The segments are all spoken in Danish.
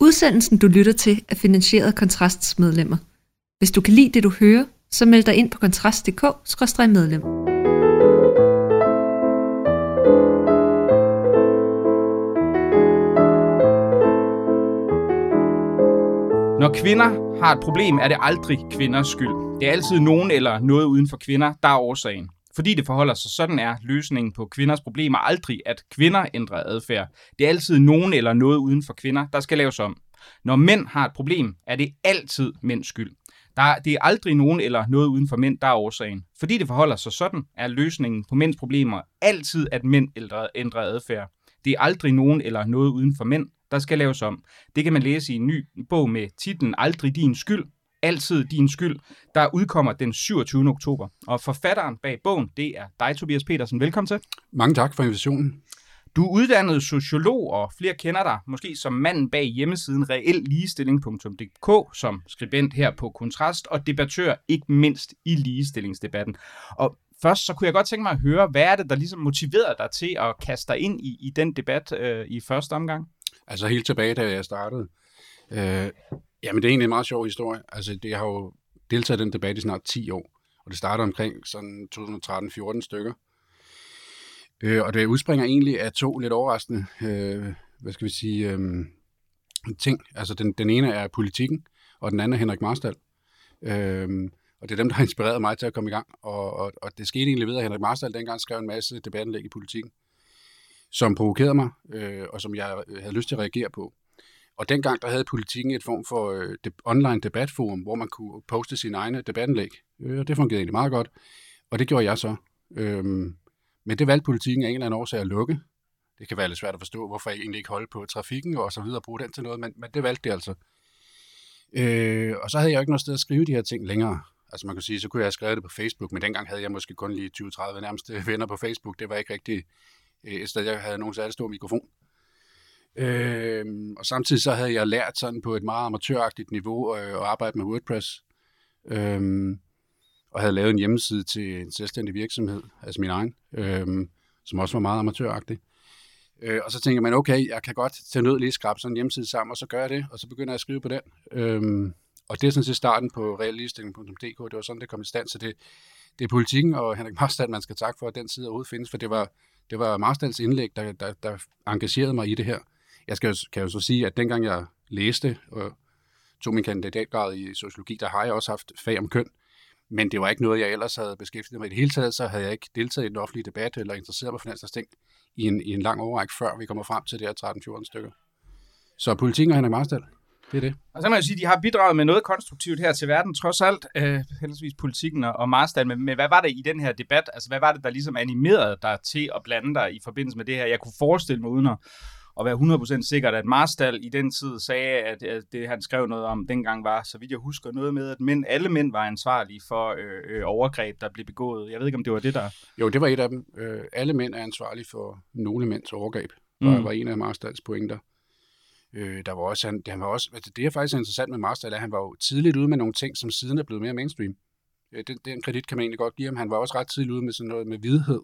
Udsendelsen, du lytter til, er finansieret af Kontrasts medlemmer. Hvis du kan lide det, du hører, så meld dig ind på kontrast.dk/medlem. Når kvinder har et problem, er det aldrig kvinders skyld. Det er altid nogen eller noget uden for kvinder, der er årsagen. Fordi det forholder sig sådan, er løsningen på kvinders problemer aldrig, at kvinder ændrer adfærd. Det er altid nogen eller noget uden for kvinder, der skal laves om. Når mænd har et problem, er det altid mænds skyld. Det er aldrig nogen eller noget uden for mænd, der er årsagen. Fordi det forholder sig sådan, er løsningen på mænds problemer altid, at mænd ændrer adfærd. Det er aldrig nogen eller noget uden for mænd, der skal laves om. Det kan man læse i en ny bog med titlen Aldrig din skyld, altid din skyld, der udkommer den 27. oktober. Og forfatteren bag bogen, det er dig, Tobias Petersen. Velkommen til. Mange tak for invitationen. Du er uddannet sociolog, og flere kender dig måske som manden bag hjemmesiden reelligestilling.dk, som skribent her på Kontrast, og debattør ikke mindst i ligestillingsdebatten. Og først så kunne jeg godt tænke mig at høre, hvad er det, der ligesom motiverede dig til at kaste dig ind i den debat i første omgang? Altså helt tilbage, da jeg startede. Jamen det er egentlig en meget sjov historie. Altså jeg har jo deltaget i den debat i snart 10 år, og det starter omkring sådan 2013-14 stykker. Og det udspringer egentlig af to lidt overraskende, ting. Altså den ene er politikken, og den anden er Henrik Marstal. Og det er dem, der har inspireret mig til at komme i gang. Og det skete egentlig ved, at Henrik Marstal dengang skrev en masse debatindlæg i politikken, som provokerede mig, og som jeg havde lyst til at reagere på. Og dengang, der havde politikken et form for online debatforum, hvor man kunne poste sine egne debatindlæg. Og det fungerede egentlig meget godt. Og det gjorde jeg så. Men det valgte politikken af en eller anden årsag at lukke. Det kan være lidt svært at forstå, hvorfor jeg egentlig ikke holdt på trafikken og så videre og bruge den til noget, men det valgte det altså. Og så havde jeg jo ikke noget sted at skrive de her ting længere. Altså man kan sige, så kunne jeg have skrevet det på Facebook, men dengang havde jeg måske kun lige 20-30 nærmeste venner på Facebook. Det var ikke rigtig et sted, jeg havde nogen særlig stor mikrofon. Og samtidig så havde jeg lært sådan på et meget amatøragtigt niveau at arbejde med WordPress. Og havde lavet en hjemmeside til en selvstændig virksomhed, altså min egen, som også var meget amatøragtig. Og så tænker man, okay, jeg kan godt til nød lige skrabe sådan en hjemmeside sammen, og så gør jeg det, og så begynder jeg at skrive på den. Og det er sådan set starten på reelligestilling.dk. Det var sådan, det kom i stand, så det er politikken og Henrik Marstal, man skal takke for, at den side overhovedet findes, for det var Marstals indlæg, der engagerede mig i det her. Jeg kan jo så sige, at dengang jeg læste og tog min kandidatgrad i sociologi, der har jeg også haft fag om køn, men det var ikke noget, jeg ellers havde beskæftiget mig i det hele taget, så havde jeg ikke deltaget i den offentlige debat eller interesseret mig for den slags ting i en lang overrække, før vi kommer frem til det her 13-14 stykker. Så politikken og Henrik Marstal, det er det. Og så kan man jo sige, at de har bidraget med noget konstruktivt her til verden, trods alt, heldigvis politikken og Marstal, men hvad var det i den her debat? Altså, hvad var det, der ligesom animerede dig til at blande dig i forbindelse med det her? Jeg kunne forestille mig, uden at være 100% sikkert, at Marstal i den tid sagde, at det han skrev noget om dengang var, så vidt jeg husker, noget med, at alle mænd var ansvarlige for overgreb, der blev begået. Jeg ved ikke, om det var det, der... Jo, det var et af dem. Alle mænd er ansvarlige for nogle mænds overgreb. Det var en af Marstals pointer. Der var også, det er faktisk interessant med Marstal, at han var jo tidligt ude med nogle ting, som siden er blevet mere mainstream. Den kredit kan man egentlig godt give ham. Han var også ret tidligt ude med sådan noget med hvidhed,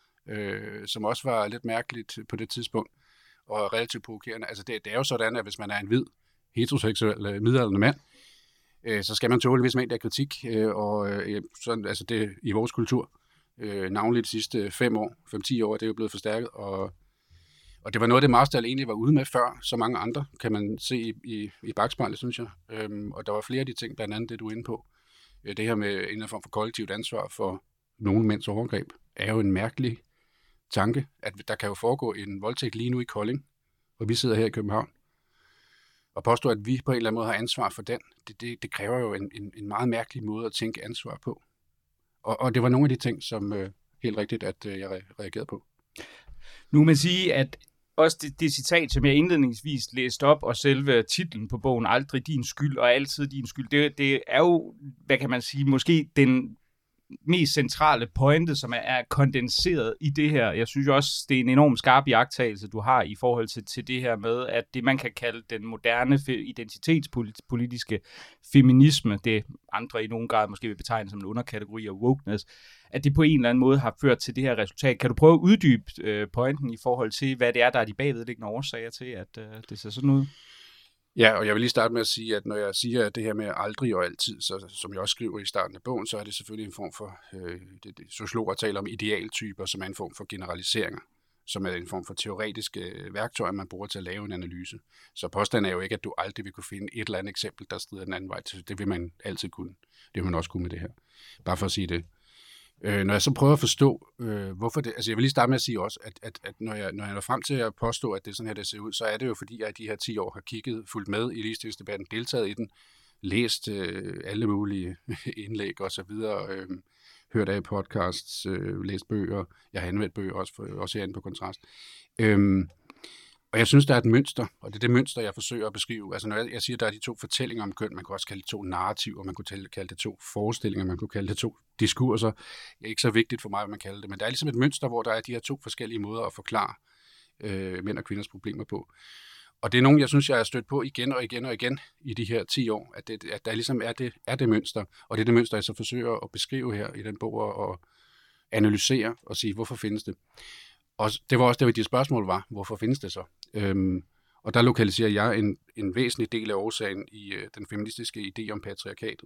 som også var lidt mærkeligt på det tidspunkt. Og relativt provokerende. Altså det er jo sådan, at hvis man er en hvid, heteroseksuel, midaldrende mand, så skal man tåle en vis mængde af kritik, sådan, altså det i vores kultur, navnligt de sidste 5-10 år, det er jo blevet forstærket, og det var noget, det Marstal egentlig var ude med før, så mange andre, kan man se i bagspejlet, synes jeg. Og der var flere af de ting, blandt andet det, du er inde på. Det her med en form for kollektivt ansvar for nogle mænds overgreb, er jo en mærkelig tanke, at der kan jo foregå en voldtægt lige nu i Kolding, og vi sidder her i København, og påstår, at vi på en eller anden måde har ansvar for den. Det kræver jo en meget mærkelig måde at tænke ansvar på. Og det var nogle af de ting, som helt rigtigt, at jeg reagerede på. Nu kan man sige, at også det citat, som jeg indledningsvis læste op, og selve titlen på bogen, Aldrig din skyld og altid din skyld, det er jo, hvad kan man sige, måske den mest centrale pointe, som er kondenseret i det her. Jeg synes også, det er en enormt skarp iagttagelse, du har i forhold til det her med, at det, man kan kalde den moderne identitetspolitiske feminisme, det andre i nogen grad måske vil betegne som en underkategori af wokeness, at det på en eller anden måde har ført til det her resultat. Kan du prøve at uddybe pointen i forhold til, hvad det er, der er de bagvedliggende årsager til, at det ser sådan ud? Ja, og jeg vil lige starte med at sige, at når jeg siger det her med aldrig og altid, så, som jeg også skriver i starten af bogen, så er det selvfølgelig en form for, sociologer taler om idealtyper, som er en form for generaliseringer, som er en form for teoretiske værktøjer, man bruger til at lave en analyse. Så påstanden er jo ikke, at du aldrig vil kunne finde et eller andet eksempel, der strider den anden vej. Det vil man altid kunne. Det vil man også kunne med det her. Bare for at sige det. Når jeg så prøver at forstå, hvorfor det... Altså jeg vil lige starte med at sige også, at når jeg når frem til at påstå, at det er sådan her, det ser ud, så er det jo fordi, jeg i de her 10 år har fulgt med i ligestillingsdebatten, deltaget i den, læst alle mulige indlæg og så videre, hørt af podcasts, læst bøger. Jeg har anvendt bøger også herinde på Kontrast. Og jeg synes, der er et mønster, og det er det mønster, jeg forsøger at beskrive. Altså når jeg siger, at der er de 2 fortællinger om køn, man kan også kalde det 2 narrativer, man kunne kalde det 2 forestillinger, man kunne kalde det 2 diskurser. Det er ikke så vigtigt for mig, hvad man kalder det, men der er ligesom et mønster, hvor der er de her 2 forskellige måder at forklare mænd og kvinders problemer på. Og det er nogen, jeg synes, jeg har stødt på igen og igen og igen i de her 10 år, at der ligesom er det mønster, og det er det mønster, jeg så forsøger at beskrive her i den bog og analysere og sige, hvorfor findes det. Og det var også det, dit spørgsmål var, hvorfor findes det så? Og der lokaliserer jeg en væsentlig del af årsagen i den feministiske idé om patriarkatet.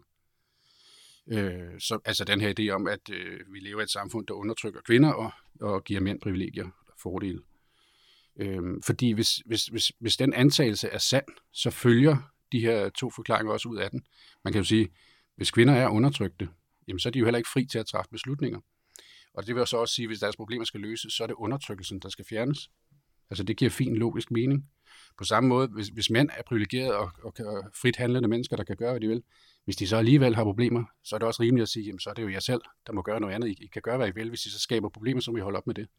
Altså den her idé om, at vi lever i et samfund, der undertrykker kvinder og giver mænd privilegier og fordele. Fordi hvis den antagelse er sand, så følger de her 2 forklaringer også ud af den. Man kan jo sige, hvis kvinder er undertrykte, jamen så er de jo heller ikke fri til at træffe beslutninger. Og det vil så også sige, at hvis deres problemer skal løses, så er det undertrykkelsen, der skal fjernes. Altså det giver fin logisk mening. På samme måde, hvis mænd er privilegerede og frit handlende mennesker, der kan gøre, hvad de vil, hvis de så alligevel har problemer, så er det også rimeligt at sige, jamen så er det jo jer selv, der må gøre noget andet. I kan gøre, hvad I vil. Hvis I så skaber problemer, så må I holde op med det.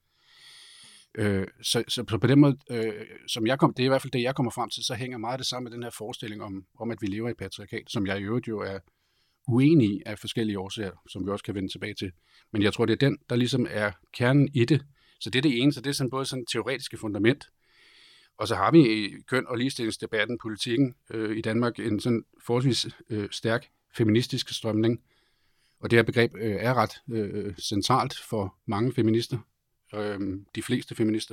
Så på den måde, det er i hvert fald det, jeg kommer frem til, så hænger meget det sammen med den her forestilling om, at vi lever i et patriarkat, som jeg i øvrigt jo er uenig i af forskellige årsager, som vi også kan vende tilbage til. Men jeg tror, det er den, der ligesom er kernen i det. Så det er det ene, så det er sådan både sådan teoretiske fundament, og så har vi i køn- og ligestillingsdebatten, politikken i Danmark, en sådan forholdsvis stærk feministisk strømning. Og det her begreb er ret centralt for mange feminister, de fleste feminister.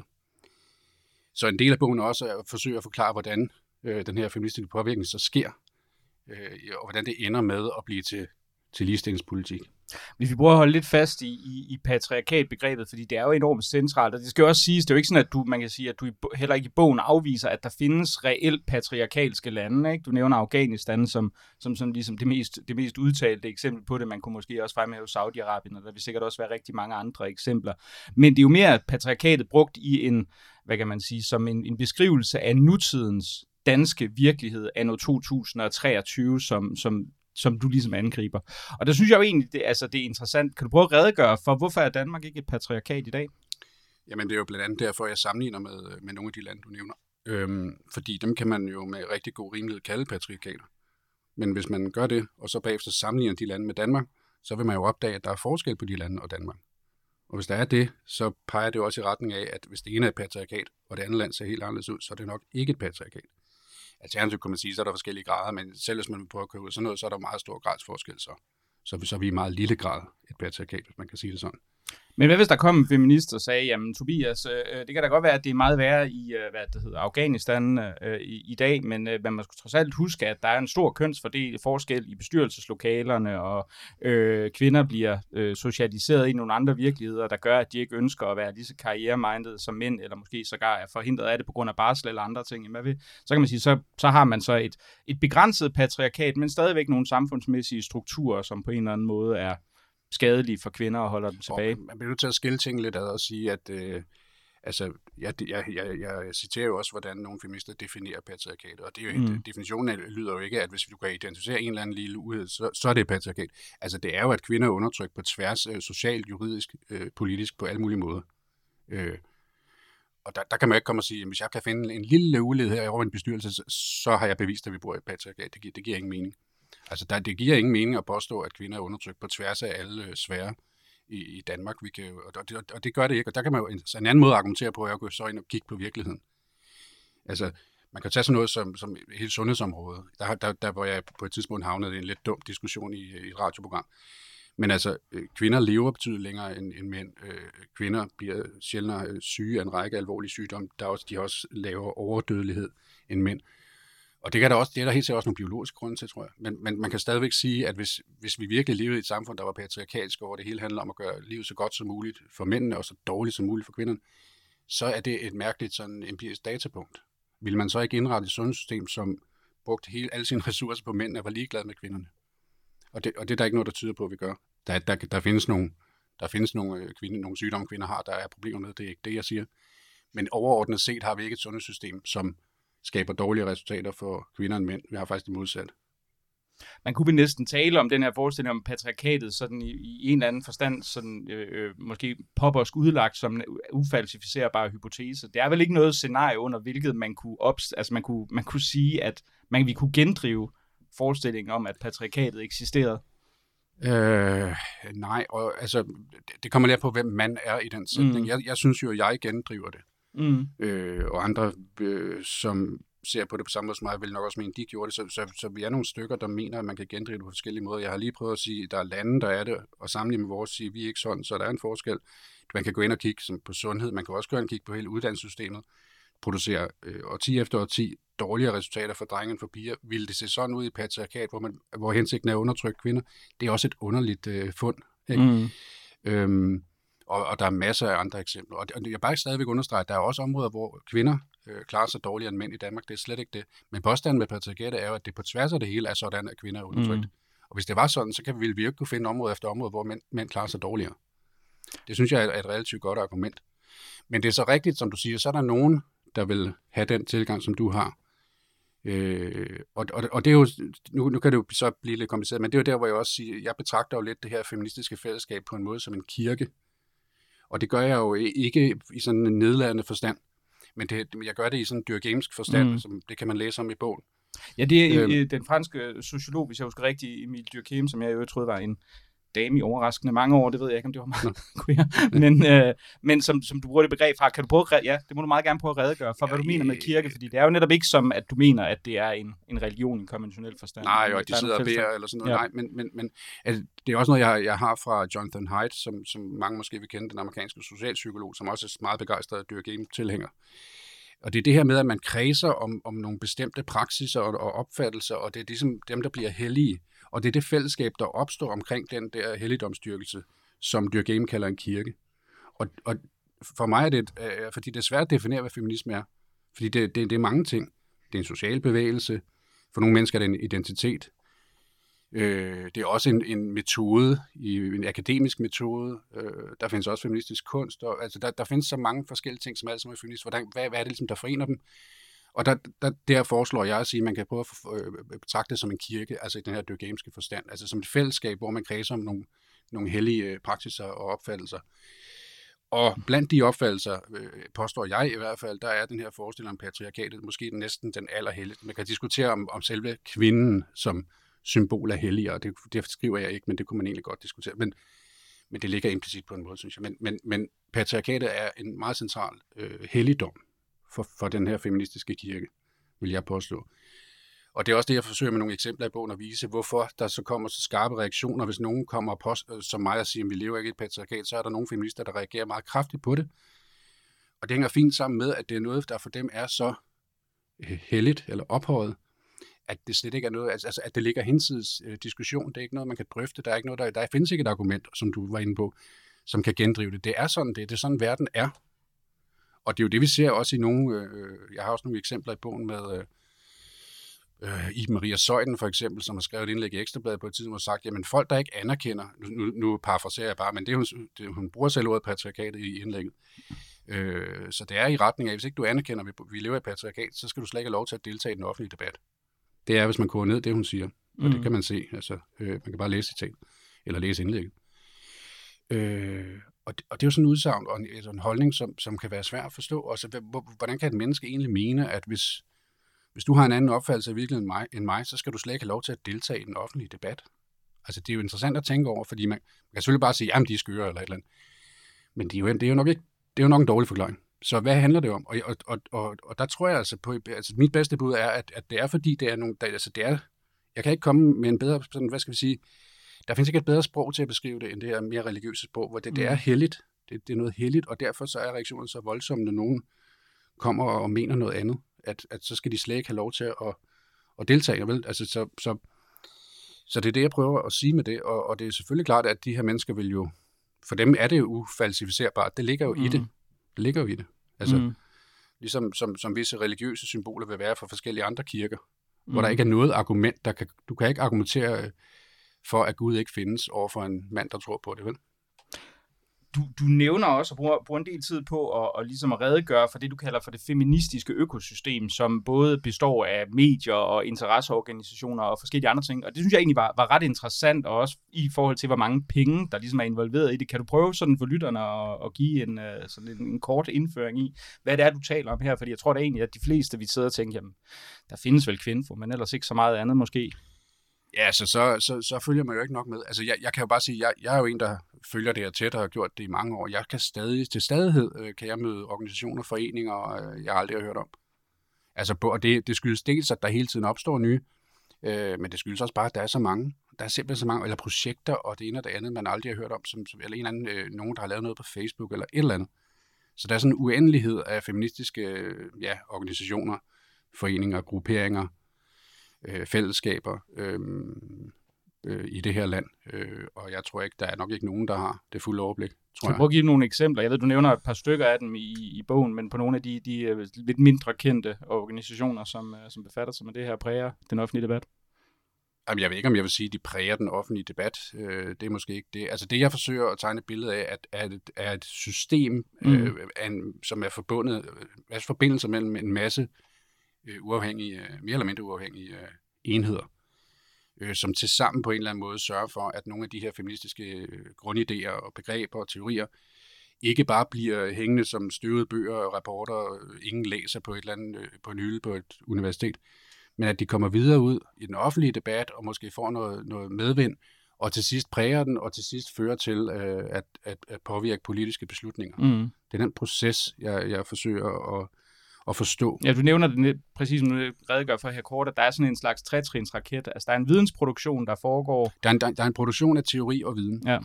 Så en del af bogen er også at forsøge at forklare, hvordan den her feministiske påvirkning så sker, og hvordan det ender med at blive til ligestillingspolitik. Hvis vi prøver at holde lidt fast i patriarkatbegrebet, fordi det er jo enormt centralt, og det skal jo også siges, det er jo ikke sådan, at man kan sige, at du heller ikke i bogen afviser, at der findes reelt patriarkalske lande, ikke? Du nævner Afghanistan som ligesom det mest udtalte eksempel på det. Man kunne måske også fremhæve Saudi-Arabien, og der vil sikkert også være rigtig mange andre eksempler. Men det er jo mere patriarkatet brugt i en, hvad kan man sige, som en beskrivelse af nutidens danske virkelighed anno 2023, som du ligesom angriber. Og der synes jeg jo egentlig, det er interessant. Kan du prøve at redegøre for, hvorfor er Danmark ikke et patriarkat i dag? Jamen det er jo blandt andet derfor, jeg sammenligner med nogle af de lande, du nævner. Fordi dem kan man jo med rigtig god rimelighed kalde patriarkater. Men hvis man gør det, og så bagefter sammenligner de lande med Danmark, så vil man jo opdage, at der er forskel på de lande og Danmark. Og hvis der er det, så peger det jo også i retning af, at hvis det ene er et patriarkat, og det andet land ser helt anderledes ud, så er det nok ikke et patriarkat. Alternativt kan man sige, så er der forskellige grader, men selv hvis man prøver at køre ud sådan noget, så er der meget stor gradsforskel. Så er vi i meget lille grad et patriarkat, hvis man kan sige det sådan. Men hvad hvis der kom en feminist og sagde, jamen Tobias, det kan da godt være, at det er meget værre i Afghanistan i dag, men man skal trods alt huske, at der er en stor kønsforskel i bestyrelseslokalerne, og kvinder bliver socialiseret i nogle andre virkeligheder, der gør, at de ikke ønsker at være lige så karrieremindede som mænd, eller måske sågar er forhindret af det på grund af barsel eller andre ting. Så kan man sige, så har man så et begrænset patriarkat, men stadigvæk nogle samfundsmæssige strukturer, som på en eller anden måde er skadelige for kvinder og holder dem tilbage. Man bliver nødt til at skille ting lidt ad og sige, at jeg citerer jo også, hvordan nogle feminister definerer patriarkatet, og det er jo, definitionen lyder jo ikke, at hvis du kan identificere en eller anden lille uhed, så er det patriarkat. Altså det er jo, at kvinder er undertrykt på tværs socialt, juridisk, politisk, på alle mulige måder. Og der kan man ikke komme og sige, at hvis jeg kan finde en lille ulighed her over en bestyrelse, så har jeg bevist, at vi bor i et patriarkat. Det giver ingen mening. Altså, det giver ingen mening at påstå, at kvinder er undertrykt på tværs af alle sfærer i Danmark. Og det gør det ikke. Og der kan man jo en anden måde at argumentere på, at jeg går så ind og kigge på virkeligheden. Altså, man kan tage sådan noget som hele sundhedsområdet. Der hvor jeg på et tidspunkt havnede i en lidt dum diskussion i et radioprogram. Men altså, kvinder lever betydeligt længere end mænd. Kvinder bliver sjældnere syge af en række alvorlige sygdomme. De har også lavere overdødelighed end mænd. Og det er der helt sikkert også nogle biologiske grunde til, tror jeg. Men man kan stadigvæk sige, at hvis vi virkelig levede i et samfund, der var patriarkalsk, hvor det hele handler om at gøre livet så godt som muligt for mændene, og så dårligt som muligt for kvinderne, så er det et mærkeligt sådan empirisk datapunkt. Vil man så ikke indrette et sundhedssystem, som brugte alle sine ressourcer på mændene og var ligeglade med kvinderne? Og det er der ikke noget, der tyder på, at vi gør. Der findes nogle sygdomme, kvinder har, der er problemer med. Det er ikke det, jeg siger. Men overordnet set har vi ikke et sundhedssystem, som skaber dårlige resultater for kvinder end mænd. Vi har faktisk det modsatte. Man kunne vel næsten tale om den her forestilling om patriarkatet sådan i en eller anden forstand, sådan, måske poppersk udlagt som en ufalsificerbar hypotese. Det er vel ikke noget scenarie under, hvilket man kunne sige, at vi kunne gendrive forestillingen om, at patriarkatet eksisterede. Nej, og altså, det kommer lidt på, hvem man er i den sætning. Jeg synes jo, at jeg gendriver det. Og andre, som ser på det på samme måde som mig, vil nok også mene, at de gjorde det. Så vi er nogle stykker, der mener, at man kan gendrive det på forskellige måder. Jeg har lige prøvet at sige, at der er lande, der er det, og sammenlignet med vores sige, at vi er ikke sådan, så der er en forskel. Man kan gå ind og kigge på sundhed, man kan også gå ind og kigge på hele uddannelsessystemet, producere årti efter årti dårligere resultater for drenge end for piger. Vil det se sådan ud i patriarkat, hvor hensigten er at undertrykke kvinder? Det er også et underligt fund. Ikke? Og der er masser af andre eksempler. Og jeg bare stadigvæk understrege, at der er også områder, hvor kvinder klarer sig dårligere end mænd i Danmark. Det er slet ikke det. Men påstanden med patriarkatet er jo, at det på tværs af det hele er sådan, at kvinder er undertrykt. Og hvis det var sådan, så ville vi ikke kunne finde område efter område, hvor mænd klarer sig dårligere. Det synes jeg er et relativt godt argument. Men det er så rigtigt, som du siger, så er der nogen, der vil have den tilgang, som du har. Og det er jo, nu kan det jo så blive lidt kompliceret, men det er jo der, hvor jeg også siger, jeg betragter jo lidt det her feministiske fællesskab på en måde som en kirke. Og det gør jeg jo ikke i sådan en nedladende forstand, men jeg gør det i sådan en dyrkemisk forstand, som det kan man læse om i bogen. Ja, det er den franske sociolog, hvis jeg husker rigtigt, Emile Durkheim, som jeg jo troede var en dame i overraskende mange år, det ved jeg ikke, om det var meget queer, men som du bruger det begreb fra, kan du prøve det må du meget gerne prøve at redegøre for, hvad du mener med kirke, fordi det er jo netop ikke som, at du mener, at det er en religion i konventionel forstand. Nej, og de sidder og beder eller sådan noget, nej, men det er også noget, jeg har fra Jonathan Haidt, som mange måske vil kende, den amerikanske socialpsykolog, som også er meget begejstret Durkheim-tilhænger. Og det er det her med, at man kredser om nogle bestemte praksiser og opfattelser, og det er ligesom dem, der bliver hellige. Og det er det fællesskab, der opstår omkring den der helligdomsdyrkelse, som Durkheim kalder en kirke. Og for mig er det, fordi det er svært at definere, hvad feminisme er. Fordi det er mange ting. Det er en social bevægelse. For nogle mennesker er det en identitet. Det er også en metode, en akademisk metode. Der findes også feministisk kunst. Og, altså, der findes så mange forskellige ting, som alle sammen er feminist. Hvad er det ligesom, der forener dem? Og der foreslår jeg at sige, at man kan prøve at betragte det som en kirke, altså i den her durkheimske forstand, altså som et fællesskab, hvor man kredser om nogle hellige praksiser og opfattelser. Og blandt de opfattelser, påstår jeg i hvert fald, der er den her forestilling om patriarkatet, måske næsten den allerhelligste. Man kan diskutere om selve kvinden som symbol af hellig, og det skriver jeg ikke, men det kunne man egentlig godt diskutere. Men det ligger implicit på en måde, synes jeg. Men patriarkatet er en meget central helligdom for den her feministiske kirke, vil jeg påstå. Og det er også det, jeg forsøger med nogle eksempler i bogen at vise, hvorfor der så kommer så skarpe reaktioner. Hvis nogen kommer på, som mig og siger, at vi lever ikke i et patriarkat, så er der nogle feminister, der reagerer meget kraftigt på det. Og det hænger fint sammen med, at det er noget, der for dem er så helligt eller ophøjet, at det slet ikke er noget, altså at det ligger hinsides diskussion. Det er ikke noget, man kan drøfte. Der er ikke noget, der findes ikke et argument, som du var inde på, som kan gendrive det. Det er sådan, det er sådan, verden er. Og det er jo det, vi ser også i nogle, jeg har også nogle eksempler i bogen med Iben Maria Zeuthen for eksempel, som har skrevet et indlæg i Ekstrabladet på et tidspunkt og sagt, jamen folk, der ikke anerkender, nu parafraserer jeg bare, men hun bruger selv ordet patriarkatet i indlægget. Så det er i retning af, hvis ikke du anerkender, at vi lever i patriarkat, så skal du slet ikke have lov til at deltage i den offentlige debat. Det er, hvis man går ned det, hun siger. Og det kan man se. Altså, man kan bare læse citat, eller læse indlægget. Og det er jo sådan en udsagn og en holdning, som kan være svær at forstå. Også, hvordan kan et menneske egentlig mene, at hvis du har en anden opfattelse af virkeligheden end mig, så skal du slet ikke have lov til at deltage i den offentlige debat. Altså, det er jo interessant at tænke over, fordi man kan selvfølgelig bare sige, jamen de er skøre eller et eller andet. Men det er jo nok en dårlig forklaring. Så hvad handler det om? Og der tror jeg altså på, altså mit bedste bud er, at det er fordi, det er nogle, altså det er, jeg kan ikke komme med en bedre, sådan, hvad skal vi sige, der findes ikke et bedre sprog til at beskrive det, end det her mere religiøse sprog, hvor det er helligt. Det er noget helligt, og derfor så er reaktionen så voldsom, når nogen kommer og mener noget andet, at så skal de slet ikke have lov til og deltager, vel? Altså, så det er det, jeg prøver at sige med det, og det er selvfølgelig klart, at de her mennesker vil jo, for dem er det jo ufalsificerbart. Det ligger jo i det. Det ligger jo i det. Altså, ligesom som visse religiøse symboler vil være for forskellige andre kirker, hvor der ikke er noget argument, du kan ikke argumentere for, at Gud ikke findes overfor en mand, der tror på det, vel? Du nævner også og bruger en del tid på at ligesom at redegøre for det, du kalder for det feministiske økosystem, som både består af medier og interesseorganisationer og forskellige andre ting. Og det synes jeg egentlig var ret interessant, og også i forhold til, hvor mange penge, der ligesom er involveret i det. Kan du prøve sådan for lytterne at give en kort indføring i, hvad det er, du taler om her? Fordi jeg tror da egentlig, at de fleste vil sidde og tænke, jamen, der findes vel Kvinfo, men ellers ikke så meget andet måske. Ja, så følger man jo ikke nok med. Altså, jeg kan jo bare sige, jeg er jo en, der følger det her tæt og har gjort det i mange år. Jeg kan til stadighed kan jeg møde organisationer, foreninger, jeg aldrig har hørt om. Altså, og det skyldes dels, at der hele tiden opstår nye, men det skyldes også bare, at der er så mange. Der er simpelthen så mange, eller projekter og det ene og det andet, man aldrig har hørt om, eller en anden, nogen, der har lavet noget på Facebook eller et eller andet. Så der er sådan en uendelighed af feministiske organisationer, foreninger, grupperinger, fællesskaber i det her land, og jeg tror ikke, der er nok ikke nogen, der har det fulde overblik. Skal du prøve at give nogle eksempler? Jeg ved, du nævner et par stykker af dem i bogen, men på nogle af de lidt mindre kendte organisationer, som befatter sig med det her, præger den offentlige debat? Jamen, jeg ved ikke, om jeg vil sige, at de præger den offentlige debat. Det er måske ikke det. Altså det, jeg forsøger at tegne et billede af, er et system, som er forbundet, altså forbindelser mellem en masse uafhængige, mere eller mindre uafhængige enheder, som tilsammen på en eller anden måde sørger for, at nogle af de her feministiske grundidéer og begreber og teorier ikke bare bliver hængende som støvede bøger og rapporter, ingen læser på et eller andet, på en hylde på et universitet, men at de kommer videre ud i den offentlige debat og måske får noget medvind, og til sidst præger den, og til sidst fører til at påvirke politiske beslutninger. Det er den proces, jeg forsøger at forstå. Ja, du nævner det præcis, som du redegør for her kort, at der er sådan en slags tretrinsraket. Altså, der er en vidensproduktion, der foregår. Der er en produktion af teori og viden. Ja.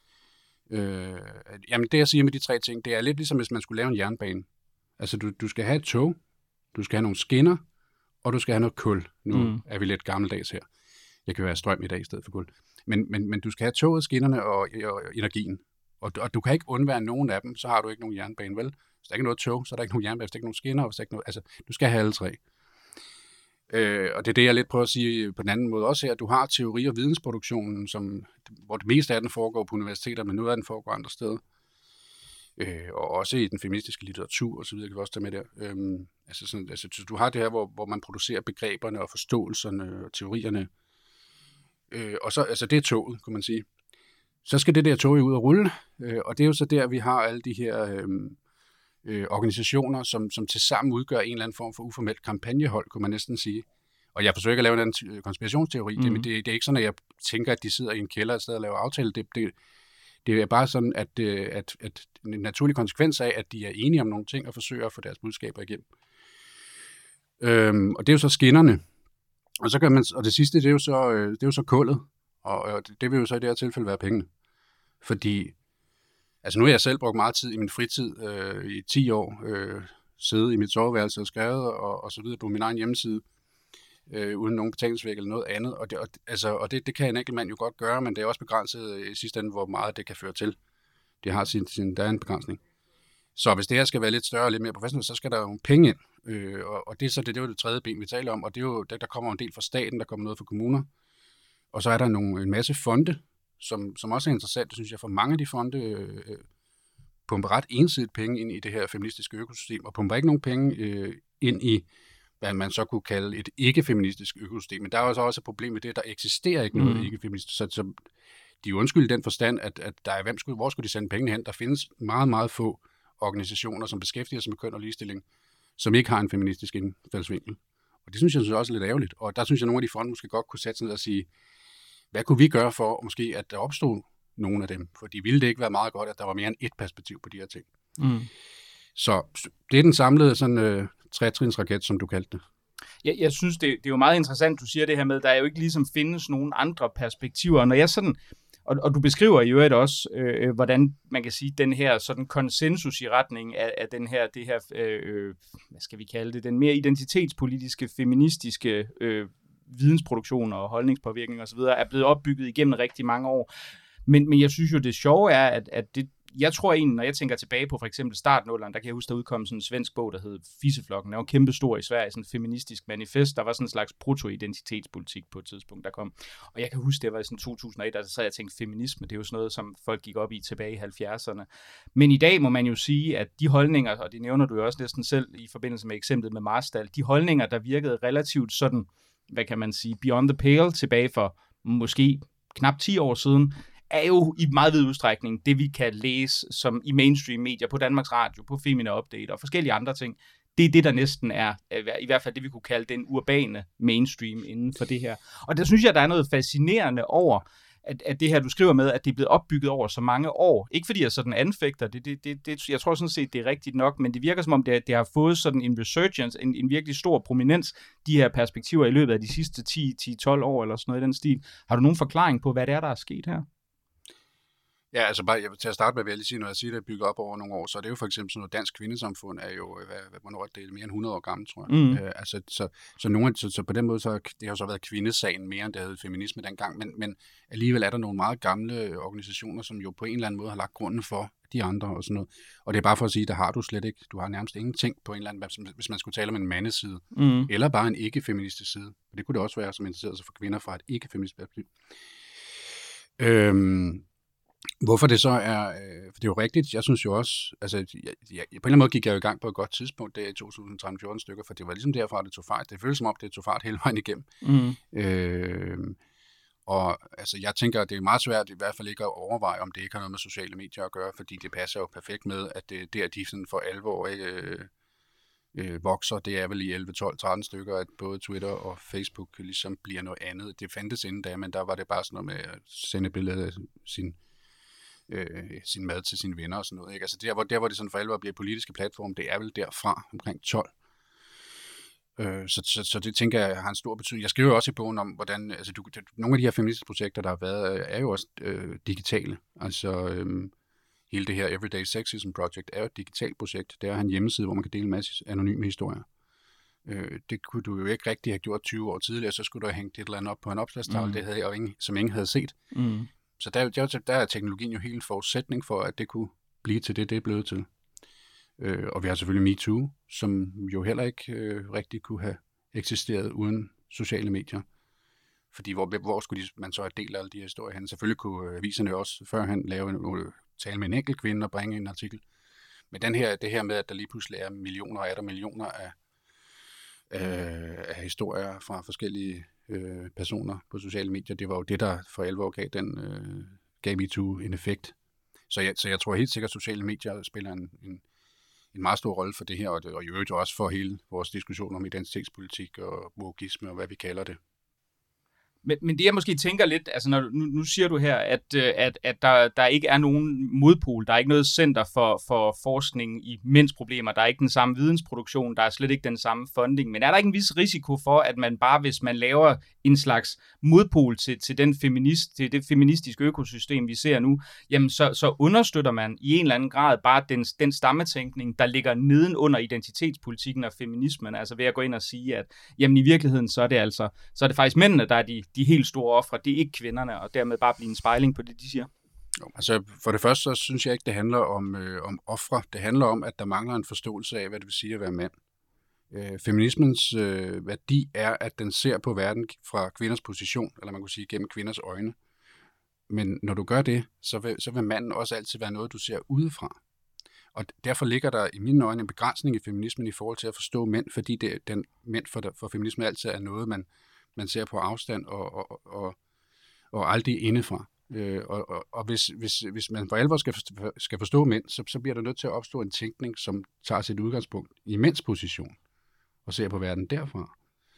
Jamen, det jeg siger med de tre ting, det er lidt ligesom, hvis man skulle lave en jernbane. Altså, du skal have et tog, du skal have nogle skinner, og du skal have noget kul. Nu er vi lidt gammeldags her. Jeg kan jo have strøm i dag i stedet for kul. Men du skal have toget, skinnerne og energien. Og du kan ikke undvære nogen af dem, så har du ikke nogen jernbane, vel? Hvis der ikke er noget tog, så er der ikke nogen jernbane, hvis der ikke er nogen skinner, hvis der ikke noget, altså, du skal have alle tre. Og det er det, jeg lidt prøver at sige på den anden måde også her. Du har teori- og vidensproduktionen, hvor det meste af den foregår på universiteter, men noget af den foregår andre steder. Og også i den feministiske litteratur og så videre, kan vi også tage med der. Altså, du har det her, hvor man producerer begreberne og forståelserne og teorierne. Og så, altså det er toget, kan man sige. Så skal det der tog ud og rulle, og det er jo så der, vi har alle de her organisationer, som tilsammen udgør en eller anden form for uformelt kampagnehold, kunne man næsten sige. Og jeg forsøger ikke at lave en konspirationsteori, men det er ikke sådan, at jeg tænker, at de sidder i en kælder et sted og laver aftale. Det er bare sådan, at en naturlig konsekvens af, at de er enige om nogle ting og forsøger at få deres budskaber igennem. Og det er jo så skinnerne. Og så kan man, og det sidste, det er jo så kullet. Og det vil jo så i det her tilfælde være pengene. Fordi, altså nu har jeg selv brugt meget tid i min fritid, i 10 år, siddet i mit soveværelse og skrevet og så videre på min egen hjemmeside, uden nogen betalingsvæg eller noget andet. Og det kan en enkelt mand jo godt gøre, men det er også begrænset i sidste ende, hvor meget det kan føre til. Det har der er en begrænsning. Så hvis det her skal være lidt større og lidt mere professionelt, så skal der jo penge ind. Og det er så det er jo det tredje ben, vi taler om. Og det er jo, der kommer en del fra staten, der kommer noget fra kommuner. Og så er der en masse fonde, som også er interessant. Det synes jeg, for mange af de fonde pumper ret ensidigt penge ind i det her feministiske økosystem, og pumper ikke nogen penge ind i, hvad man så kunne kalde et ikke-feministisk økosystem. Men der er jo så også et problem med det, der eksisterer ikke noget ikke-feministisk. Så de er undskyld i den forstand, at der er, hvor skulle de sende pengene hen? Der findes meget, meget få organisationer, som beskæftiger sig med køn og ligestilling, som ikke har en feministisk indfaldsvinkel. Og det synes jeg også er lidt ærgerligt. Og der synes jeg, at nogle af de fonde måske godt kunne sætte sig ned og sige, hvad kunne vi gøre for, måske at der opstod nogle af dem? For de ville det ikke være meget godt, at der var mere end et perspektiv på de her ting. Så det er den samlede sådan tretrinsraket, som du kaldte det. Jeg synes, det er jo meget interessant, du siger det her med, der er jo ikke ligesom findes nogen andre perspektiver. Når jeg sådan, og du beskriver i øvrigt også, hvordan man kan sige, den her sådan konsensus i retning af det her, hvad skal vi kalde det, den mere identitetspolitiske, feministiske vidensproduktion og holdningspåvirkning osv., er blevet opbygget igennem rigtig mange år. Men jeg synes jo, det sjove er, at det, jeg tror egentlig, når jeg tænker tilbage på for eksempel startnullerne, der kan jeg huske, der udkom sådan en svensk bog, der hed Fisseflokken. Den var kæmpestor i Sverige, sådan en feministisk manifest. Der var sådan en slags proto-identitetspolitik på et tidspunkt, der kom. Og jeg kan huske, det var i sådan 2001, der sad jeg tænkte, feminisme, det er jo sådan noget, som folk gik op i tilbage i 70'erne. Men i dag må man jo sige, at de holdninger, og det nævner du jo også næsten selv i forbindelse med eksemplet med Marstal, de holdninger, der virkede relativt sådan, hvad kan man sige, beyond the pale tilbage for måske knap 10 år siden, er jo i meget vid udstrækning det, vi kan læse som i mainstream medier, på Danmarks Radio, på Femina Update og forskellige andre ting. Det er det, der næsten er, i hvert fald det, vi kunne kalde den urbane mainstream inden for det her. Og der synes jeg, der er noget fascinerende over, at det her, du skriver med, at det er blevet opbygget over så mange år. Ikke fordi jeg sådan anfægter det, jeg tror sådan set, det er rigtigt nok, men det virker som om, det har fået sådan en resurgence, en virkelig stor prominens, de her perspektiver i løbet af de sidste 10-12 år, eller sådan noget i den stil. Har du nogen forklaring på, hvad det er, der er sket her? Ja, altså bare til at starte med, vil jeg lige sige, når jeg siger, at det er bygget op over nogle år, så er det jo for eksempel sådan noget dansk kvindesamfund, er jo, hvornår er det mere end 100 år gammel, tror jeg. Så på den måde, så det har jo så været kvindesagen mere, end det havde feminisme dengang, men alligevel er der nogle meget gamle organisationer, som jo på en eller anden måde har lagt grunden for de andre og sådan noget. Og det er bare for at sige, der har du slet ikke, du har nærmest ingenting på en eller anden, hvis man skulle tale om en mandeside, eller bare en ikke-feministisk side. Og det kunne det også være, som interesserer sig for kvinder fra et ikke-feministisk perspektiv. Hvorfor det så er, for det er jo rigtigt, jeg synes jo også, altså på en eller anden måde gik jeg jo i gang på et godt tidspunkt, det er i 2013-14 stykker, for det var ligesom derfra, det tog fart. Det føles som om, det tog fart hele vejen igennem. Og altså, jeg tænker, at det er meget svært i hvert fald ikke at overveje, om det ikke har noget med sociale medier at gøre, fordi det passer jo perfekt med, at det der de sådan for alvor vokser. Det er vel i 11, 12, 13 stykker, at både Twitter og Facebook ligesom bliver noget andet. Det fandtes inden da, men der var det bare sådan noget med at sende billeder af sin mad til sine venner og sådan noget. Ikke? Altså der, hvor det sådan for alvor bliver politiske platform, det er vel derfra omkring 12. Så det tænker jeg har en stor betydning. Jeg skriver også i bogen om, hvordan altså, nogle af de her feministiske projekter, der har været, er jo også digitale. Altså hele det her Everyday Sexism Project er jo et digitalt projekt. Det er en hjemmeside, hvor man kan dele en masse anonyme historier. Det kunne du jo ikke rigtig have gjort 20 år tidligere, så skulle du have hængt et eller andet op på en opslagstavle, det havde jeg jo som ingen havde set. Så der er teknologien jo helt en forudsætning for, at det kunne blive til det er blevet til. Og vi har selvfølgelig MeToo, som jo heller ikke rigtig kunne have eksisteret uden sociale medier. Fordi hvor skulle man så have delt alle de her historier hen? Selvfølgelig kunne aviserne også førhen tale med en enkelt kvinde og bringe en artikel. Men det her med, at der lige pludselig er millioner af historier fra forskellige personer på sociale medier, det var jo det, der for alvor gav MeToo en effekt. Så jeg tror helt sikkert, at sociale medier spiller en meget stor rolle for det her, og i øvrigt også for hele vores diskussion om identitetspolitik og wokeisme og hvad vi kalder det. Men det jeg måske tænker lidt, altså når nu siger du her, at der ikke er nogen modpol, der er ikke noget center for forskning i mænds problemer, der er ikke den samme vidensproduktion, der er slet ikke den samme funding, men er der ikke en vis risiko for, at man bare, hvis man laver en slags modpol til det feministiske økosystem, vi ser nu, jamen så understøtter man i en eller anden grad bare den stammetænkning, der ligger nedenunder identitetspolitikken og feminismen, altså ved at gå ind og sige, at jamen i virkeligheden, så er det faktisk mændene, der er de helt store ofre, det er ikke kvinderne, og dermed bare blive en spejling på det, de siger. Altså for det første, så synes jeg ikke, det handler om ofre. Det handler om, at der mangler en forståelse af, hvad det vil sige at være mand. Feminismens værdi er, at den ser på verden fra kvinders position, eller man kunne sige gennem kvinders øjne. Men når du gør det, så vil manden også altid være noget, du ser udefra. Og derfor ligger der i mine øjne en begrænsning i feminismen i forhold til at forstå mænd, fordi mænd for feminismen altid er noget, man ser på afstand og aldrig indefra. Og hvis man for alvor skal forstå mænd, så bliver der nødt til at opstå en tænkning, som tager sit udgangspunkt i mænds position og ser på verden derfra.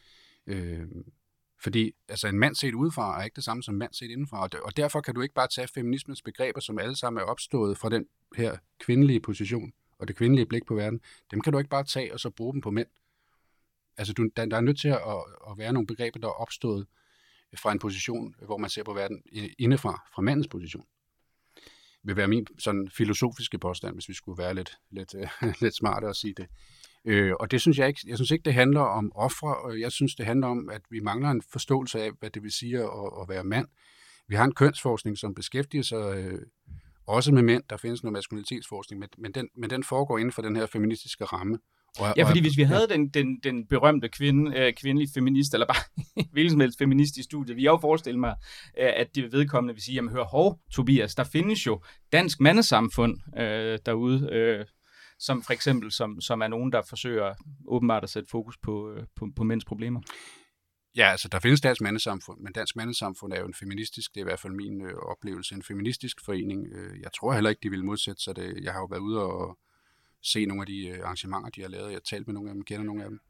Fordi altså en mand set udefra er ikke det samme som mand set indenfra, og derfor kan du ikke bare tage feminismens begreber, som alle sammen er opstået fra den her kvindelige position og det kvindelige blik på verden. Dem kan du ikke bare tage og så bruge dem på mænd. Altså, der er nødt til at være nogle begreber, der er opstået fra en position, hvor man ser på verden indefra, fra mandens position. Det vil være min sådan filosofiske påstand, hvis vi skulle være lidt smarte og sige det. Og det synes jeg synes ikke, det handler om ofre, og jeg synes, det handler om, at vi mangler en forståelse af, hvad det vil sige at være mand. Vi har en kønsforskning, som beskæftiger sig også med mænd. Der findes noget maskulinitetsforskning, men den foregår inden for den her feministiske ramme. Ja, fordi hvis vi havde den berømte kvindelige feminist, eller bare hvilken som helst feminist i studiet, vi har jo forestillet mig, at det vedkommende vil sige, jamen hør, Tobias, der findes jo dansk mandesamfund derude, som for eksempel, som er nogen, der forsøger åbenbart at sætte fokus på mænds problemer. Ja, altså der findes dansk mandesamfund, men dansk mandesamfund er jo en feministisk, det er i hvert fald min oplevelse, en feministisk forening. Jeg tror heller ikke, de vil modsætte sig det. Jeg har jo været ude og se nogle af de arrangementer, de har lavet. Jeg har talt med nogle af dem, kender nogle af dem.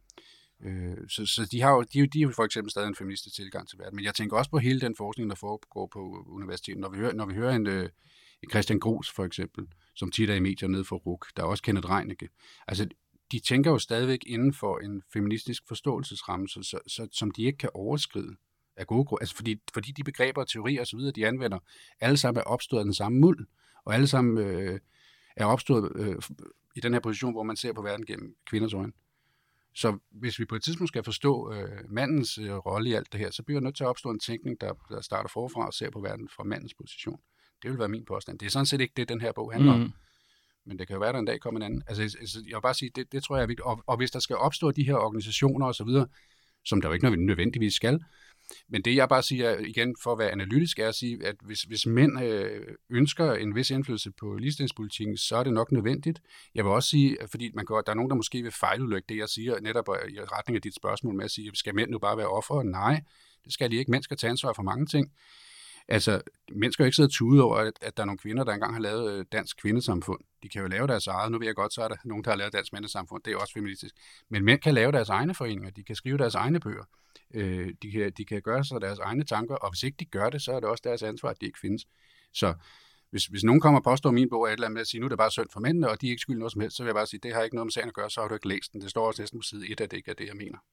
Så de har jo for eksempel stadig en feministisk tilgang til verden. Men jeg tænker også på hele den forskning, der foregår på universitetet. Når vi hører en Christian Gros for eksempel, som tit er i medier nede for RUC, der er også Kenneth Reinicke. Altså, de tænker jo stadigvæk inden for en feministisk forståelsesramme, som de ikke kan overskride af gode grunde. Altså, fordi de begreber og teorier osv., de anvender, alle sammen er opstået af den samme muld, og alle sammen er opstået i den her position, hvor man ser på verden gennem kvinders øjne. Så hvis vi på et tidspunkt skal forstå mandens rolle i alt det her, så bliver der nødt til at opstå en tænkning, der starter forfra og ser på verden fra mandens position. Det vil være min påstand. Det er sådan set ikke det, den her bog handler om. Men det kan jo være, at der en dag kommer en anden. Altså, jeg vil bare sige, det tror jeg er vigtigt. Og hvis der skal opstå de her organisationer osv., som der jo ikke nødvendigvis skal, men det jeg bare siger igen, for at være analytisk, er at sige, at hvis mænd ønsker en vis indflydelse på ligestillingspolitikken, så er det nok nødvendigt. Jeg vil også sige, fordi der er nogen, der måske vil fejludlægge det, jeg siger, netop i retning af dit spørgsmål med at sige, skal mænd nu bare være ofre? Nej, det skal de ikke. Mænd skal tage ansvar for mange ting. Altså, mænd skal jo ikke sidde og tude over, at der er nogle kvinder, der engang har lavet dansk kvindesamfund. De kan jo lave deres eget. Nu ved jeg godt, så er der nogen, der har lavet dansk mandesamfund. Det er også feministisk. Men mænd kan lave deres egne foreninger. De kan skrive deres egne bøger. De kan gøre sig deres egne tanker, og hvis ikke de gør det, så er det også deres ansvar, at de ikke findes. Så hvis nogen kommer og påstår min bog, et eller andet med at sige, nu er det bare synd for mændene, og de er ikke skyldige noget som helst, så vil jeg bare sige, det har ikke noget med sagen at gøre, så har du ikke læst den. Det står også næsten på side 1, at det ikke er det, jeg mener.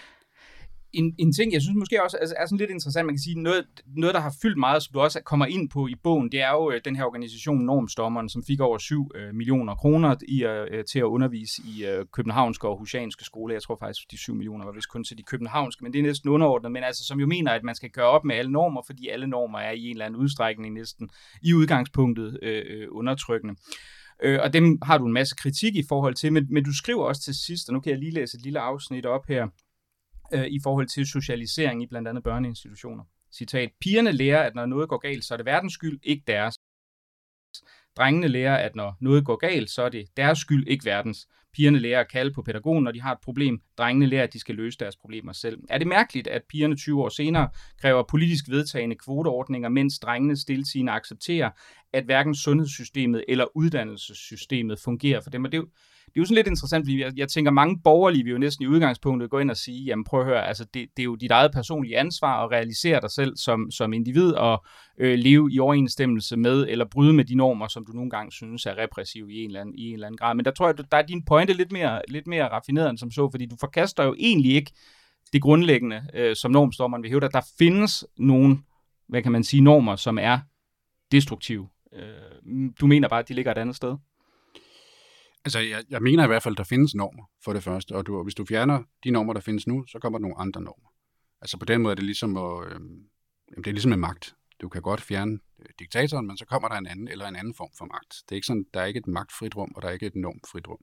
En ting, jeg synes måske også er sådan lidt interessant, man kan sige, noget der har fyldt meget, som du også kommer ind på i bogen, det er jo den her organisation Normstormeren, som fik over 7 millioner kroner til at undervise i københavnske og aarhusianske skoler. Jeg tror faktisk, de 7 millioner var vist kun til de københavnske, men det er næsten underordnet, men altså som jo mener, at man skal gøre op med alle normer, fordi alle normer er i en eller anden udstrækning næsten i udgangspunktet undertrykkende. Og dem har du en masse kritik i forhold til, men du skriver også til sidst, og nu kan jeg lige læse et lille afsnit op her, i forhold til socialisering i blandt andet børneinstitutioner. Citat: pigerne lærer, at når noget går galt, så er det verdens skyld, ikke deres. Drengene lærer, at når noget går galt, så er det deres skyld, ikke verdens. Pigerne lærer at kalde på pædagogen, når de har et problem. Drengene lærer, at de skal løse deres problemer selv. Er det mærkeligt, at pigerne 20 år senere kræver politisk vedtagende kvoteordninger, mens drengene stiltiende accepterer, at hverken sundhedssystemet eller uddannelsessystemet fungerer for dem? Og det er jo sådan lidt interessant, fordi jeg tænker, mange borgerlige vil jo næsten i udgangspunktet gå ind og sige, jamen prøv at høre, altså det er jo dit eget personlige ansvar at realisere dig selv som individ og leve i overensstemmelse med eller bryde med de normer, som du nogle gange synes er repressive i en eller anden grad. Men der tror jeg, der er din pointe lidt mere raffineret end som så, fordi du forkaster jo egentlig ikke det grundlæggende, som normstormeren vil hævde, at der findes nogle, hvad kan man sige, normer, som er destruktive. Du mener bare, at de ligger et andet sted? Altså, jeg mener i hvert fald, at der findes normer, for det første. Og hvis du fjerner de normer, der findes nu, så kommer der nogle andre normer. Altså, på den måde er det ligesom det er ligesom med magt. Du kan godt fjerne diktatoren, men så kommer der en anden form for magt. Det er ikke sådan, der er ikke et magtfrit rum, og der er ikke et normfrit rum.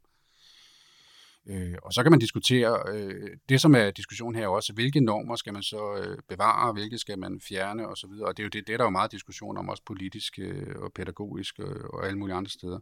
Og så kan man diskutere, det som er diskussion her også, hvilke normer skal man så bevare, hvilke skal man fjerne osv. Og det er jo det, der er jo meget diskussion om, også politisk og pædagogisk og alle mulige andre steder.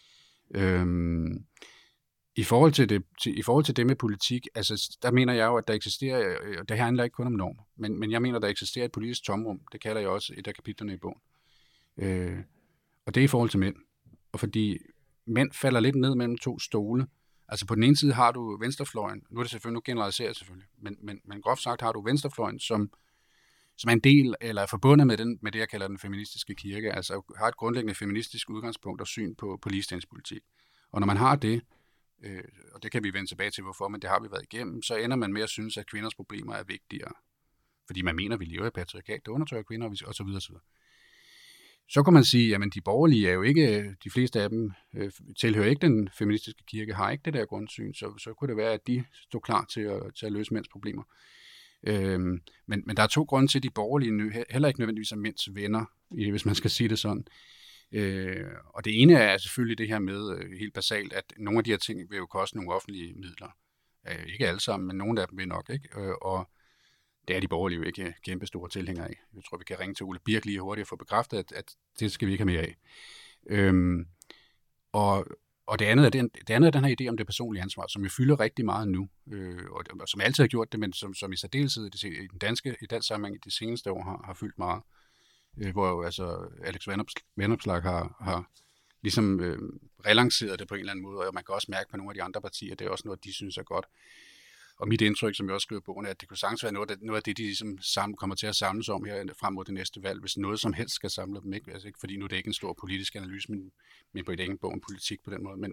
I forhold til det med politik, altså der mener jeg jo, at der eksisterer, det her handler ikke kun om normer, men jeg mener, der eksisterer et politisk tomrum, det kalder jeg også et af kapitlerne i bogen. Og det er i forhold til mænd. Og fordi mænd falder lidt ned mellem to stole. Altså på den ene side har du venstrefløjen, nu er det selvfølgelig, nu generaliserer jeg selvfølgelig, men groft sagt har du venstrefløjen, som er en del, eller er forbundet med det, jeg kalder den feministiske kirke, altså har et grundlæggende feministisk udgangspunkt og syn på ligestillingspolitik. Og når man har det, og det kan vi vende tilbage til, hvorfor, men det har vi været igennem, så ender man med at synes, at kvinders problemer er vigtigere. Fordi man mener, at vi lever i patriarkat, der undertrykker kvinder, og så videre, så videre. Så kan man sige, jamen de borgerlige er jo ikke, de fleste af dem tilhører ikke den feministiske kirke, har ikke det der grundsyn, så kunne det være, at de stod klar til at løse mænds problemer. Men der er 2 grunde til, at de borgerlige heller ikke nødvendigvis er mænds venner, hvis man skal sige det sådan. Og det ene er selvfølgelig det her med helt basalt, at nogle af de her ting vil jo koste nogle offentlige midler. Ikke alle sammen, men nogle af dem vil nok, ikke? Og det er de borgerlige jo ikke kæmpe store tilhængere af. Jeg tror, vi kan ringe til Ole Birk lige hurtigt og få bekræftet, at det skal vi ikke have mere af. Og det andet er den her idé om det personlige ansvar, som jo fylder rigtig meget nu, og som altid har gjort det, men som i særdeleshed i dansk sammenhæng i de seneste år har fyldt meget. Hvor jo altså Alex Vanopslagh har ligesom relanceret det på en eller anden måde, og man kan også mærke på nogle af de andre partier, det er også noget, de synes er godt. Og mit indtryk, som jeg også skriver i bogen, er, at det kunne sagtens være noget af det, de ligesom kommer til at samles om her frem mod det næste valg, hvis noget som helst skal samle dem. Ikke? Altså ikke fordi nu er det ikke en stor politisk analyse, men på et enkelt bog om politik på den måde.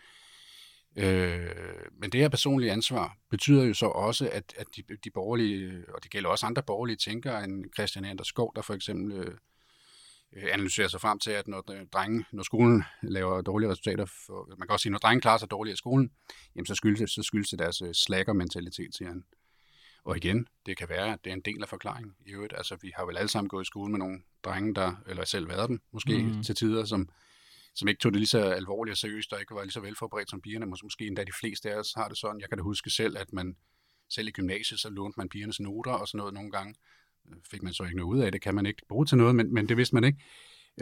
Men det her personlige ansvar betyder jo så også, at de borgerlige, og det gælder også andre borgerlige tænkere end Christian Anderskov, der for eksempel analyserer sig frem til, at når skolen laver dårlige resultater, man kan også sige, når drenge klarer sig dårligt i skolen, jamen så skyldes det deres slacker-mentalitet, siger han. Og igen, det kan være, at det er en del af forklaringen i øvrigt. Altså, vi har vel alle sammen gået i skole med nogle drenge, eller selv været dem, måske til tider, som ikke tog det lige så alvorligt og seriøst, og ikke var lige så velforberedt som pigerne. Måske endda de fleste af os har det sådan. Jeg kan da huske selv, at man selv i gymnasiet, så lånte man pigernes noter og sådan noget nogle gange. Fik man så ikke noget ud af det, kan man ikke bruge til noget, men det vidste man ikke.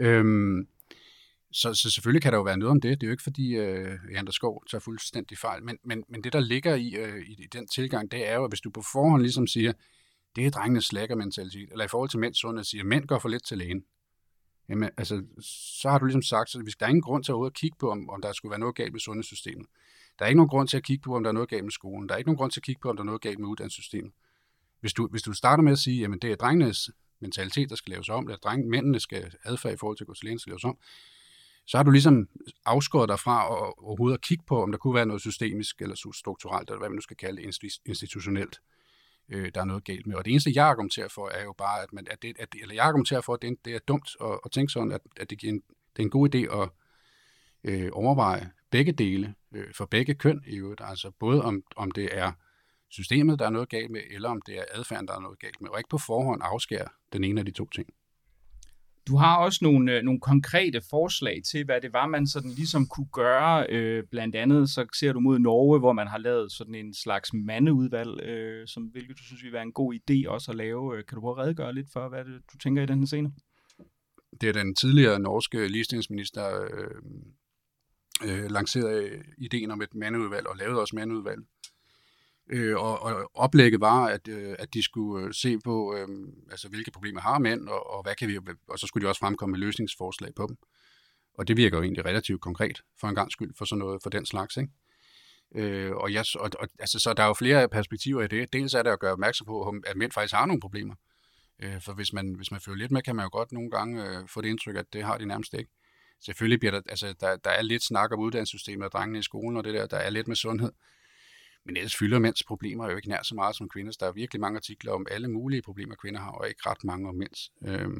Så selvfølgelig kan der jo være noget om det. Det er jo ikke fordi Anders Skov tager fuldstændig fejl, men det der ligger i den tilgang, det er jo, at hvis du på forhånd ligesom siger, det er drengenes slækkermentalitet, eller i forhold til mænds sundhed siger, mænd går for lidt til lægen. Jamen, altså, så har du ligesom sagt, så der er ingen grund til at kigge på, om der skulle være noget galt med sundhedssystemet. Der er ikke nogen grund til at kigge på, om der er noget galt med skolen. Der er ikke nogen grund til at kigge på, om der er noget galt med uddannelsessystemet. Hvis du starter med at sige, jamen det er drengenes mentalitet, der skal laves om, eller mændene skal adfærd i forhold til at gå til lægen, skal laves om, så har du ligesom afskåret dig fra at overhovedet at kigge på, om der kunne være noget systemisk eller strukturelt, eller hvad man nu skal kalde det, institutionelt, der er noget galt med. Og det eneste, jeg argumenterer for, er jo bare, at det er dumt at tænke sådan, at det er en god idé at overveje begge dele for begge køn i øvrigt. Altså både om det er systemet, der er noget galt med, eller om det er adfærden, der er noget galt med, og ikke på forhånd afskære den ene af de 2 ting. Du har også nogle konkrete forslag til, hvad det var, man sådan ligesom kunne gøre. Blandt andet så ser du mod Norge, hvor man har lavet sådan en slags mandeudvalg, hvilket du synes vil være en god idé også at lave. Kan du prøve at redegøre lidt for, hvad du tænker i den her scene? Det er den tidligere norske ligestillingsminister lancerede ideen om et mandeudvalg, og lavede også mandeudvalg. Og oplægget var, at de skulle se på, altså hvilke problemer har mænd, og hvad kan vi, og så skulle de også fremkomme med løsningsforslag på dem. Og det virker jo egentlig relativt konkret, for en gang skyld, for sådan noget, for den slags, ikke? Altså, så der er jo flere perspektiver i det. Dels er det at gøre opmærksom på, at mænd faktisk har nogle problemer. For hvis man følger lidt med, kan man jo godt nogle gange få det indtryk, at det har de nærmest ikke. Selvfølgelig bliver der er lidt snak om uddannelsessystemet og drengene i skolen, og der er lidt med sundhed. Men ellers fylder mænds problemer jo ikke nær så meget som kvinders. Der er virkelig mange artikler om alle mulige problemer, kvinder har, og ikke ret mange om mænds.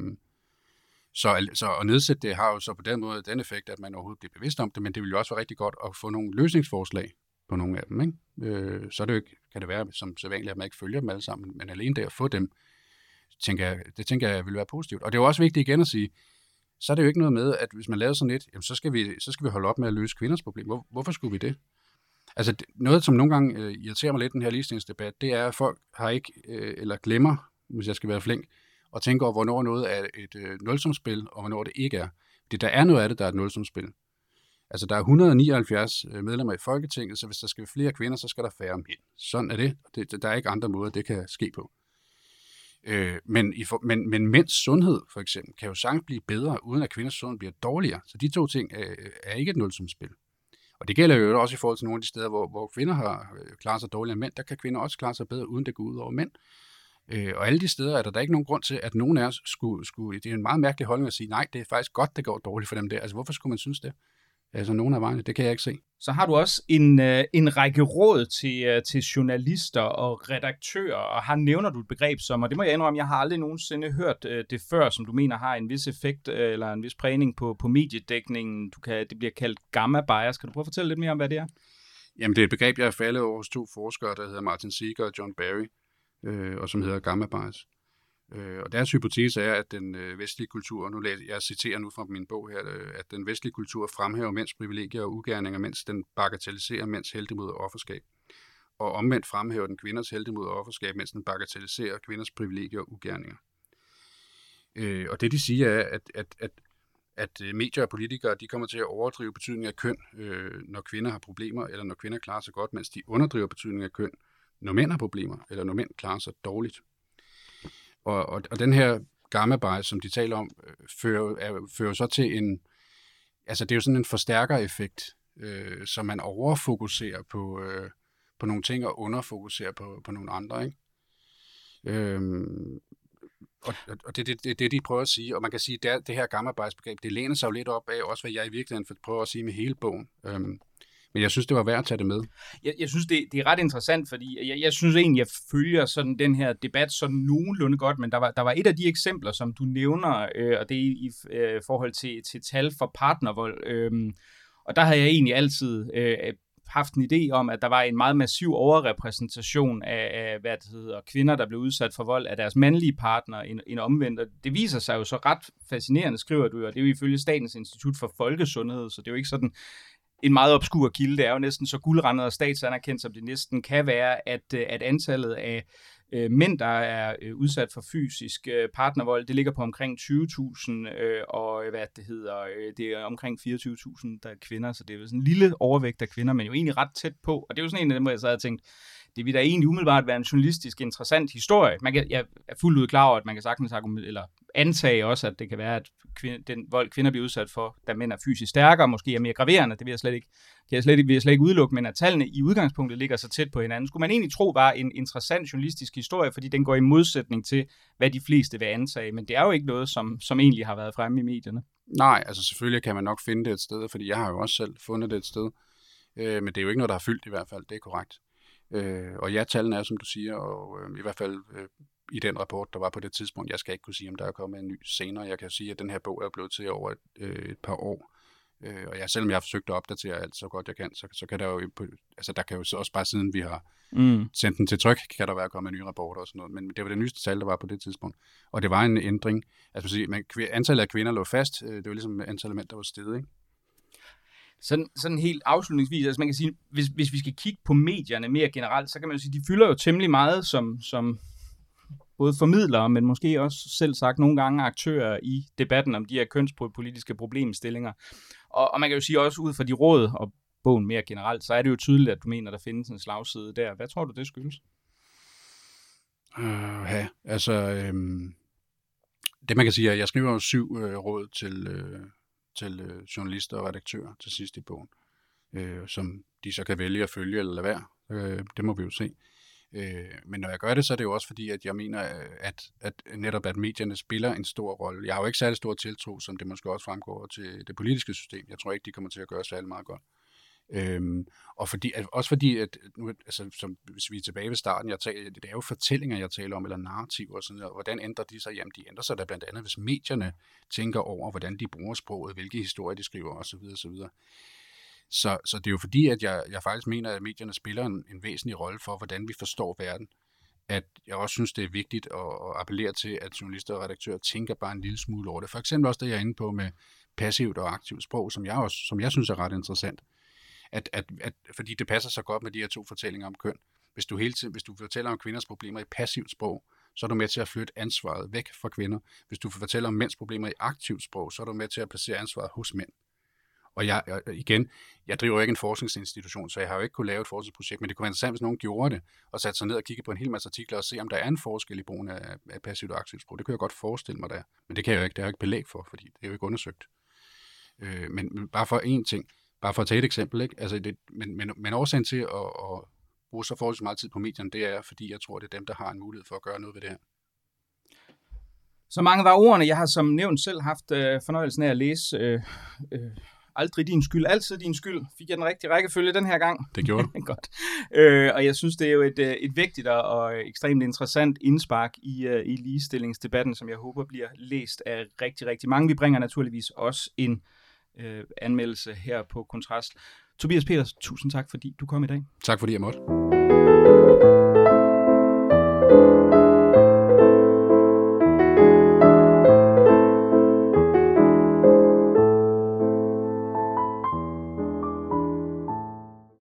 Så at nedsætte det har jo så på den måde den effekt, at man overhovedet bliver bevidst om det, men det vil jo også være rigtig godt at få nogle løsningsforslag på nogle af dem. Ikke? Så er det jo ikke, kan det være som sædvanligt, at man ikke følger dem alle sammen, men alene det at få dem, det tænker jeg vil være positivt. Og det er jo også vigtigt igen at sige, så er det jo ikke noget med, at hvis man laver sådan et, jamen, så skal vi holde op med at løse kvinders problemer. Hvorfor skulle vi det? Altså noget, som nogle gange irriterer mig lidt den her ligestillingsdebat, det er, at folk har ikke, eller glemmer, hvis jeg skal være flink, og tænker over, hvornår noget er et nulsumsspil, og hvornår det ikke er. Det der er noget af det, der er et nulsumsspil. Altså der er 179 medlemmer i Folketinget, så hvis der skal være flere kvinder, så skal der færre mænd. Sådan er det. Der er ikke andre måder, det kan ske på. Men mænds sundhed, for eksempel, kan jo sagtens blive bedre, uden at kvinders sundhed bliver dårligere. Så de 2 ting er ikke et nulsumsspil. Og det gælder jo også i forhold til nogle af de steder, hvor kvinder har klaret sig dårligere end mænd. Der kan kvinder også klare sig bedre, uden det går ud over mænd. Og alle de steder er der ikke nogen grund til, at nogen af os skulle... Det er en meget mærkelig holdning at sige, nej, det er faktisk godt, det går dårligt for dem der. Altså, hvorfor skulle man synes det? Altså nogle af vejene, det kan jeg ikke se. Så har du også en række råd til journalister og redaktører, og her nævner du et begreb som, og det må jeg indrømme, jeg har aldrig nogensinde hørt det før, som du mener har en vis effekt eller en vis prægning på mediedækningen. Det bliver kaldt gamma bias. Kan du prøve at fortælle lidt mere om, hvad det er? Jamen, det er et begreb, jeg har faldet over hos 2 forskere, der hedder Martin Seeger og John Barry, og som hedder gamma bias. Og deres hypotese er, at den vestlige kultur, jeg citerer nu fra min bog her, at den vestlige kultur fremhæver mænds privilegier og ugerninger, mens den bagatelliserer mænds heltemod og offerskab. Og omvendt fremhæver den kvinders heltemod og offerskab, mens den bagatelliserer kvinders privilegier og ugerninger. Og det de siger er, at medier og politikere, de kommer til at overdrive betydningen af køn, når kvinder har problemer, eller når kvinder klarer sig godt, mens de underdriver betydningen af køn, når mænd har problemer, eller når mænd klarer sig dårligt. Og den her gamma bias, som de taler om, fører så til altså det er jo sådan en forstærkereffekt, så man overfokuserer på nogle ting og underfokuserer på nogle andre, ikke? Og det er det, de prøver at sige. Og man kan sige, at det her gamma bias-begreb, det læner sig jo lidt op af, også hvad jeg i virkeligheden prøver at sige med hele bogen. Men jeg synes, det var værd at tage det med. Jeg synes, det er ret interessant, fordi jeg synes egentlig, jeg følger sådan den her debat sådan nogenlunde godt, men der var et af de eksempler, som du nævner, og det er i forhold til tal for partnervold. Og der har jeg egentlig altid haft en idé om, at der var en meget massiv overrepræsentation af kvinder, der blev udsat for vold af deres mandlige partner end omvendt. Og det viser sig jo så ret fascinerende, skriver du, og det er jo ifølge Statens Institut for Folkesundhed, så det er jo ikke sådan en meget obskur kilde. Det er jo næsten så guldrandet og statsanerkendt, som det næsten kan være, at antallet af mænd, der er udsat for fysisk partnervold, det ligger på omkring 20.000, og det er omkring 24.000, der er kvinder, så det er jo sådan en lille overvægt af kvinder, men jo egentlig ret tæt på. Og det er jo sådan en af dem, hvor jeg så havde tænkt, det vil da egentlig umiddelbart være en journalistisk interessant historie. Jeg er fuldt ud klar over, at man kan sagtens antage også, at det kan være, at den vold, kvinder bliver udsat for, da mænd er fysisk stærkere, måske er mere graverende, det vil jeg slet ikke udelukke, men at tallene i udgangspunktet ligger så tæt på hinanden. Skulle man egentlig tro var en interessant journalistisk historie, fordi den går i modsætning til, hvad de fleste vil antage, men det er jo ikke noget, som egentlig har været fremme i medierne. Nej, altså selvfølgelig kan man nok finde det et sted, fordi jeg har jo også selv fundet det et sted, men det er jo ikke noget, der har fyldt i hvert fald, det er korrekt. Og ja, tallene er, som du siger, og i hvert fald i den rapport, der var på det tidspunkt, jeg skal ikke kunne sige, om der er kommet en ny senere. Jeg kan sige, at den her bog er blevet til over et par år. Og selvom jeg har forsøgt at opdatere alt så godt jeg kan, så kan der jo, altså der kan jo også bare siden vi har sendt den til tryk, kan der være kommet nye rapporter og sådan noget. Men det var det nyeste tal, der var på det tidspunkt. Og det var en ændring. Altså antallet af kvinder lå fast. Det var ligesom antallet af mænd, der var steget, ikke? Sådan helt afslutningsvis, altså man kan sige, hvis vi skal kigge på medierne mere generelt, så kan man jo sige, de fylder jo temmelig meget som både formidlere, men måske også selv sagt nogle gange aktører i debatten om de her kønspolitiske problemstillinger. Og man kan jo sige også ud fra de råd og bogen mere generelt, så er det jo tydeligt, at du mener, der findes en slagside der. Hvad tror du, det skyldes? Det man kan sige, at jeg skriver jo 7 råd til journalister og redaktører til sidst i bogen, som de så kan vælge at følge eller lade være. Det må vi jo se. Men når jeg gør det, så er det jo også fordi, at jeg mener, at netop at medierne spiller en stor rolle. Jeg har jo ikke særlig stor tiltro, som det måske også fremgår til det politiske system. Jeg tror ikke, de kommer til at gøre særlig meget godt. Og fordi, at nu, altså, hvis vi er tilbage ved starten, det er jo fortællinger, jeg taler om, eller narrativer og sådan noget. Hvordan ændrer de sig? Jamen, de ændrer sig da blandt andet, hvis medierne tænker over, hvordan de bruger sproget, hvilke historier de skriver osv. osv. Så det er jo fordi, at jeg faktisk mener, at medierne spiller en væsentlig rolle for, hvordan vi forstår verden. At jeg også synes, det er vigtigt at appellere til, at journalister og redaktører tænker bare en lille smule over det. For eksempel også det, jeg er inde på med passivt og aktivt sprog, som jeg synes er ret interessant. Fordi det passer så godt med de her 2 fortællinger om køn. Hvis du fortæller om kvinders problemer i passivt sprog, så er du med til at flytte ansvaret væk fra kvinder. Hvis du fortæller om mænds problemer i aktivt sprog, så er du med til at placere ansvaret hos mænd. Og jeg driver ikke en forskningsinstitution, så jeg har jo ikke kunnet lave et forskningsprojekt, men det kunne være interessant, hvis nogen gjorde det, og satte sig ned og kigge på en hel masse artikler og se, om der er en forskel i brugen af passivt og aktivt sprog. Det kan jeg godt forestille mig der. Men det kan jeg jo ikke. Det har jeg ikke belæg for, fordi det er jo ikke undersøgt. Men bare for én ting. Bare for at tage et eksempel, ikke? Altså men årsagen til at bruge så forholdsvis meget tid på medierne, det er, fordi jeg tror, det er dem, der har en mulighed for at gøre noget ved det her. Så mange var ordene. Jeg har som nævnt selv haft fornøjelsen af at læse Aldrig din skyld, altid din skyld. Fik jeg den rigtige rækkefølge den her gang? Det gjorde du. Godt. Og jeg synes, det er jo et vigtigt og ekstremt interessant indspark i ligestillingsdebatten, som jeg håber bliver læst af rigtig, rigtig mange. Vi bringer naturligvis også en anmeldelse her på Kontrast. Tobias Peters, tusind tak, fordi du kom i dag. Tak fordi jeg måtte.